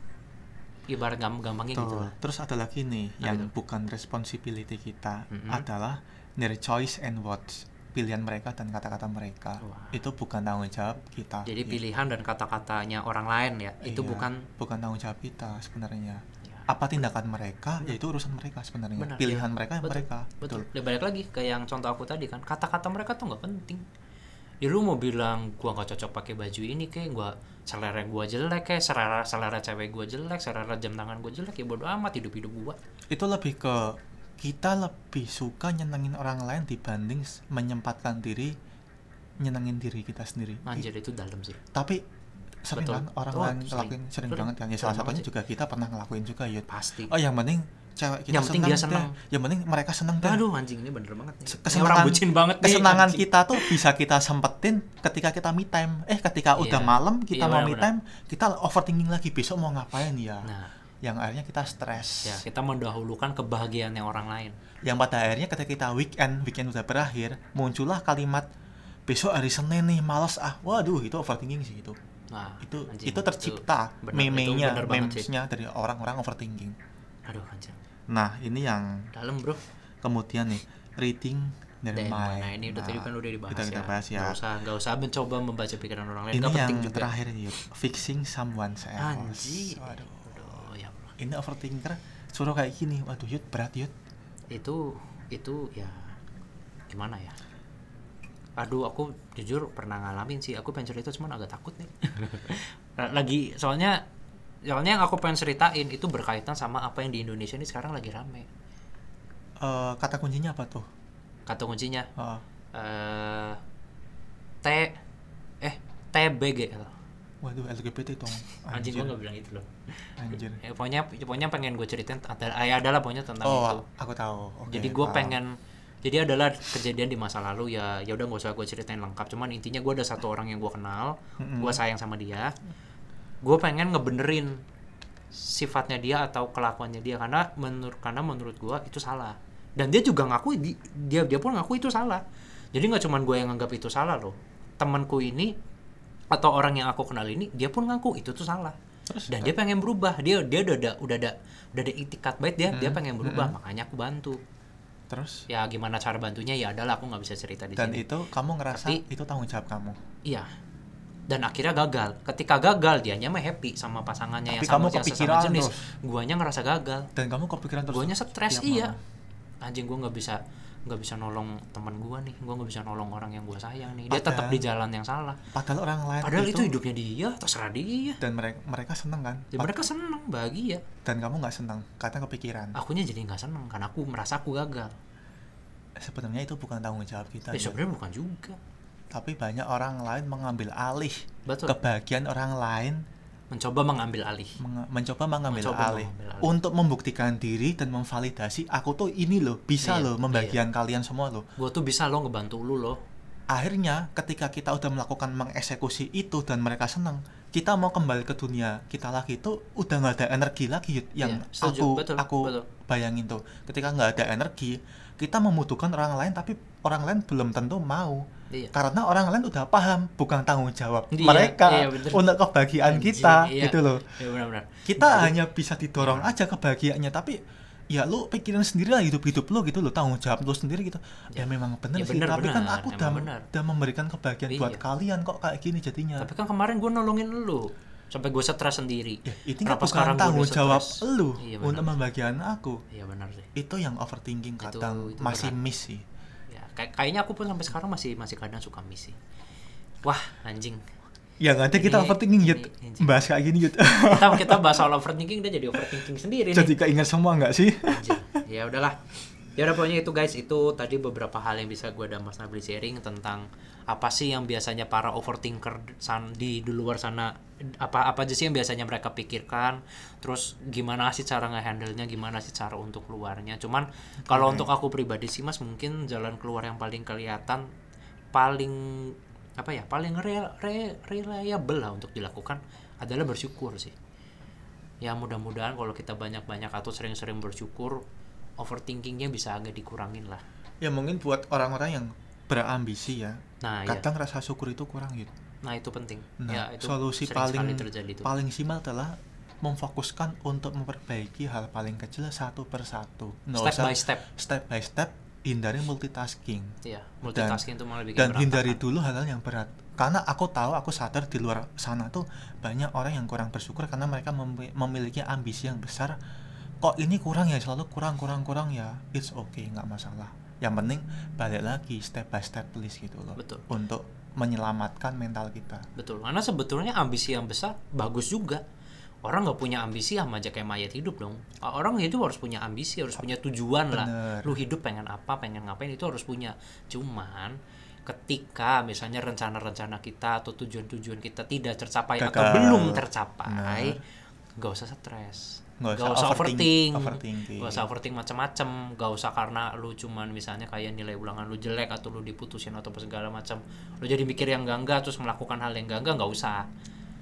Ibarat gampang-gampangnya betul. gitu lah. Terus ada lagi nih Apa yang itu? bukan responsibility kita Mm-mm. adalah their choice and words, pilihan mereka dan kata-kata mereka. Wah. Itu bukan tanggung jawab kita. Jadi Iya. pilihan dan kata-katanya orang lain ya, itu Iya, bukan bukan tanggung jawab kita sebenarnya. ya, Apa tindakan mereka, ya itu urusan mereka sebenarnya. Benar, Pilihan iya. mereka yang Betul, mereka. betul. Ya balik lagi ke yang contoh aku tadi kan, kata-kata mereka tuh nggak penting. Ya lu mau bilang gua nggak cocok pakai baju ini, kayak gua selera gua jelek, kayak selera selera cewek gua jelek, selera jam tangan gua jelek, ya bodo amat, hidup hidup gua. Itu lebih ke kita lebih suka nyenengin orang lain dibanding s- menyempatkan diri nyenengin diri kita sendiri. Anjir, itu dalam sih. Tapi sering Betul. kan orang Oh, lain sering. ngelakuin sering, Sering. banget kan. Ya Sering salah banget satunya sih. juga kita pernah ngelakuin juga Yud. Pasti. Oh yang penting cewek kita Yang penting dia seneng. deh. Yang penting mereka seneng deh. Aduh, anjing ini bener banget nih. Se- Ini kesenangan orang bucin banget nih. kesenangan anjing. kita tuh bisa kita sempetin ketika kita me time. Eh ketika udah Iya. malam kita Iya, mau me benar-benar. time, kita overthinking lagi besok mau ngapain ya. Nah, yang akhirnya kita stres. Ya, kita mendahulukan kebahagiaannya orang lain. Yang pada akhirnya ketika kita weekend, weekend udah berakhir, muncullah kalimat besok hari Senin nih, malas ah. Waduh, itu overthinking sih itu. Nah, Itu anjing, itu tercipta itu bener- itu meme-nya, bener banget sih. memes-nya dari orang-orang overthinking. Aduh anjir. Nah, ini yang Dalam, Bro. kemudian nih, reading their Dan mind. nah ini udah tadi kan udah dibahas udah kita ya. bahas ya. Gak usah, gak usah mencoba membaca pikiran orang lain. Ini Gak yang penting juga. terakhir yuk, fixing someone else. Anjir. Waduh. Aduh, ya Allah. Ini overthinker suruh kayak gini. Waduh, yut berat yut. Itu itu ya gimana ya? Aduh, aku jujur pernah ngalamin sih. Aku pengen cerita cuman agak takut nih. Lagi soalnya soalnya yang aku pengen ceritain itu berkaitan sama apa yang di Indonesia ini sekarang lagi rame. Eh, kata kuncinya apa tuh? Kata kuncinya Oh, eh T eh T B G L. waduh, L G B T dong. Anjing, gue gak bilang itu loh. Anjir. Ya, pokoknya pokoknya pengen gue ceritain ada ya adalah pokoknya tentang Oh, itu. aku tahu. Oke, Jadi gue paham. pengen jadi adalah kejadian di masa lalu ya ya udah nggak usah gue ceritain lengkap, cuman intinya gue ada satu orang yang gue kenal, Mm-mm. gue sayang sama dia, gue pengen ngebenerin sifatnya dia atau kelakuannya dia karena menurut karena menurut gue itu salah dan dia juga ngaku di- dia dia pun ngaku itu salah. Jadi nggak cuman gue yang nganggap itu salah loh, temanku ini atau orang yang aku kenal ini dia pun ngaku itu tuh salah. Terus, Dan dia pengen berubah, dia dia udah ada udah ada udah ada itikat baik dia dia Mm-mm. pengen berubah, Mm-mm. makanya aku bantu. terus Ya gimana cara bantunya ya adalah aku nggak bisa cerita di dan sini. itu kamu ngerasa Tapi- itu tanggung jawab kamu. Iya. Dan akhirnya gagal. Ketika gagal dianya mah happy sama pasangannya Tapi yang sama kamu yang kepikiran sesama jenis. terus. Guanya ngerasa gagal. Dan kamu kepikiran terus. Guanya stres tiap iya. malam. Anjing, gua nggak bisa nggak bisa nolong teman gua nih. Gua nggak bisa nolong orang yang gua sayang nih. Dia Padahal- tetap di jalan yang salah. Padahal orang lain Padahal itu hidupnya dia, terserah dia. dan mereka mereka seneng kan. Ya, mereka seneng, bahagia. Dan kamu nggak seneng karena kepikiran. Akunya jadi nggak seneng karena aku merasa aku gagal. Sebenarnya itu bukan tanggung jawab kita. Ya ya. sebenarnya bukan juga. Tapi banyak orang lain mengambil alih Betul. kebahagiaan orang lain, Mencoba mengambil alih. meng- mencoba mengambil Mencoba alih mengambil alih. untuk membuktikan diri dan memvalidasi aku tuh ini loh bisa Iya, loh membagian kalian semua loh. Gua tuh bisa lo ngebantu lu loh. Akhirnya ketika kita udah melakukan mengeksekusi itu dan mereka senang, kita mau kembali ke dunia kita lagi itu udah nggak ada energi lagi Yud. Yang Iya, setuju. aku Betul, aku betul. bayangin tuh ketika nggak ada energi kita membutuhkan orang lain tapi orang lain belum tentu mau. Iya. Karena orang lain udah paham bukan tanggung jawab Iya, mereka iya, bener. untuk kebahagiaan Anjing, kita iya. gitu loh. Ya benar-benar. Kita hanya bisa didorong aja kebahagiaannya tapi ya lu pikirin sendiri lah hidup-hidup lu gitu loh, tanggung jawab lu sendiri gitu. Ya, Ya. memang bener Ya, sih, bener, tapi kan bener. aku Emang udah, bener. udah memberikan kebahagiaan buat Iya. kalian kok kayak gini jadinya. Tapi kan kemarin gue nolongin lu sampai gue stres sendiri. Ya, itu kan Kenapa bukan sekarang gua tanggung udah jawab stres? lu Iya, untuk benar. membahagiakan aku. Iya benar sih. Itu yang overthinking Itu- kadang itu masih berat. miss sih. Ya, kayak kayaknya aku pun sampai sekarang masih masih kadang suka miss sih. Wah, anjing. Yang ada kita Ini- overthinking ini- Yud. ini- Bahas kayak gini Yud. Kita kita bahas soal overthinking udah jadi overthinking sendiri Jadi nih. keinget semua nggak sih? Anjing. Ya udahlah. Ya udah pokoknya itu guys, itu tadi beberapa hal yang bisa gue dan Mas Nabili sharing tentang apa sih yang biasanya para overthinker san, di di luar sana apa apa aja sih yang biasanya mereka pikirkan, terus gimana sih cara ngehandle-nya, gimana sih cara untuk keluarnya. Cuman kalau Oke. untuk aku pribadi sih Mas, mungkin jalan keluar yang paling kelihatan paling apa ya, paling real, re, reliable lah untuk dilakukan adalah bersyukur sih. Ya mudah-mudahan kalau kita banyak-banyak atau sering-sering bersyukur, overthinkingnya bisa agak dikurangin lah. Ya mungkin buat orang-orang yang berambisi ya. Nah, ya. Kadang rasa syukur itu kurang gitu. Nah, itu penting. Nah, Ya, itu solusi sering sekali paling terjadi tuh. paling simpel adalah memfokuskan untuk memperbaiki hal paling kecil satu persatu. Nggak Step usah by step. step by step, hindari multitasking. Iya, multitasking itu malah bikin Dan hindari berantakan. dulu hal-hal yang berat. Karena aku tahu, aku sadar di luar sana tuh banyak orang yang kurang bersyukur karena mereka mem- memiliki ambisi yang besar. Kok ini kurang ya, selalu kurang kurang kurang ya. It's okay, nggak masalah. Yang penting balik lagi step by step please gitu loh. Betul. Untuk menyelamatkan mental kita. Betul. Karena sebetulnya ambisi yang besar bagus juga. Orang nggak punya ambisi sama aja kayak mayat hidup dong. Orang hidup harus punya ambisi, harus punya tujuan lah. Bener. Lu hidup pengen apa, pengen ngapain itu harus punya. Cuman ketika misalnya rencana-rencana kita atau tujuan-tujuan kita tidak tercapai atau Gagal. belum tercapai, Bener. nggak usah stres. Nggak Gak usah usah overthink- overthink, overthinking. gak usah overthink macam-macam, gak usah karena lu cuman misalnya kayak nilai ulangan lu jelek atau lu diputusin atau apa segala macam, lu jadi mikir yang enggak-enggak terus melakukan hal yang enggak-enggak, nggak usah.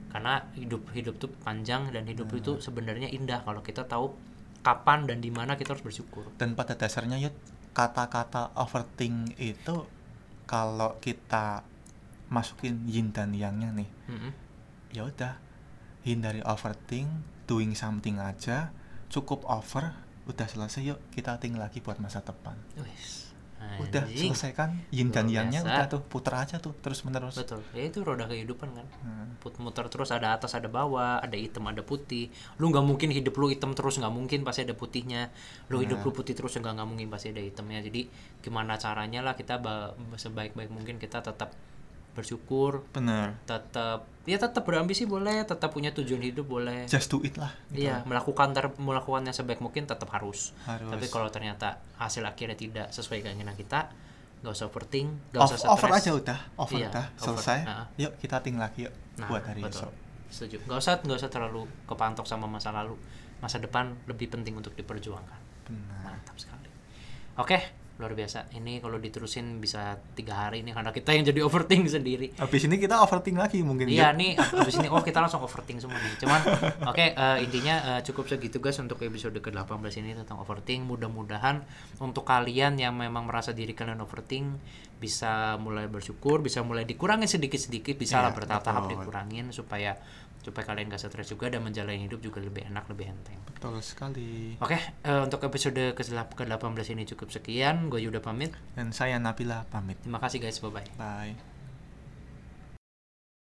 Karena hidup hidup tuh panjang dan hidup itu sebenarnya indah kalau kita tahu kapan dan di mana kita harus bersyukur. Dan pada dasarnya Yud, kata-kata overthink itu kalau kita masukin yin dan yang-nya nih, Mm-mm. ya udah hindari overthink, doing something aja, cukup over, udah selesai, yuk kita think lagi buat masa depan. Wis, Udah anjing. selesai kan yin dan Luar yang-nya, biasa. udah tuh puter aja tuh terus menerus. Betul, ya itu roda kehidupan kan. Hmm. Put muter terus, ada atas ada bawah, ada hitam ada putih. Lu nggak mungkin hidup lu hitam terus, nggak mungkin pasti ada putihnya. Lu hidup lu putih terus nggak nggak mungkin pasti ada hitamnya. Jadi gimana caranya lah kita ba- sebaik-baik mungkin kita tetap bersyukur, Bener, tetap ya tetap berambisi boleh, tetap punya tujuan hidup boleh. just do it lah gitu. Iya, melakukan ter melakukannya sebaik mungkin tetap harus. Harus. Tapi kalau ternyata hasil akhirnya tidak sesuai keinginan kita, nggak usah overthink, nggak Off- usah over stres. aja udah, over Iya, udah, over. selesai. Nah. Yuk kita think lagi yuk Nah, buat hari betul. esok. Setuju. Nggak usah nggak usah terlalu kepantok sama masa lalu. Masa depan lebih penting untuk diperjuangkan. Benar. Mantap sekali. Oke, luar biasa. Ini kalau diterusin bisa tiga hari ini karena kita yang jadi overthink sendiri. Habis ini kita overthink lagi mungkin. Iya Yud. nih, ab- abis ini oh kita langsung overthink semua nih. Cuman oke eh, intinya eh, cukup segitu guys untuk episode ke delapan belas ini tentang overthink. Mudah-mudahan untuk kalian yang memang merasa diri kalian overthink bisa mulai bersyukur, bisa mulai dikurangin sedikit-sedikit, bisa lah Iya, bertahap betul. dikurangin supaya supaya kalian gak stres juga dan menjalani hidup juga lebih enak, lebih enteng. Betul sekali. Oke, eh, untuk episode ke delapan belas ini cukup sekian. Gue Yuda pamit. Dan saya Nabila pamit. Terima kasih guys, bye-bye. Bye.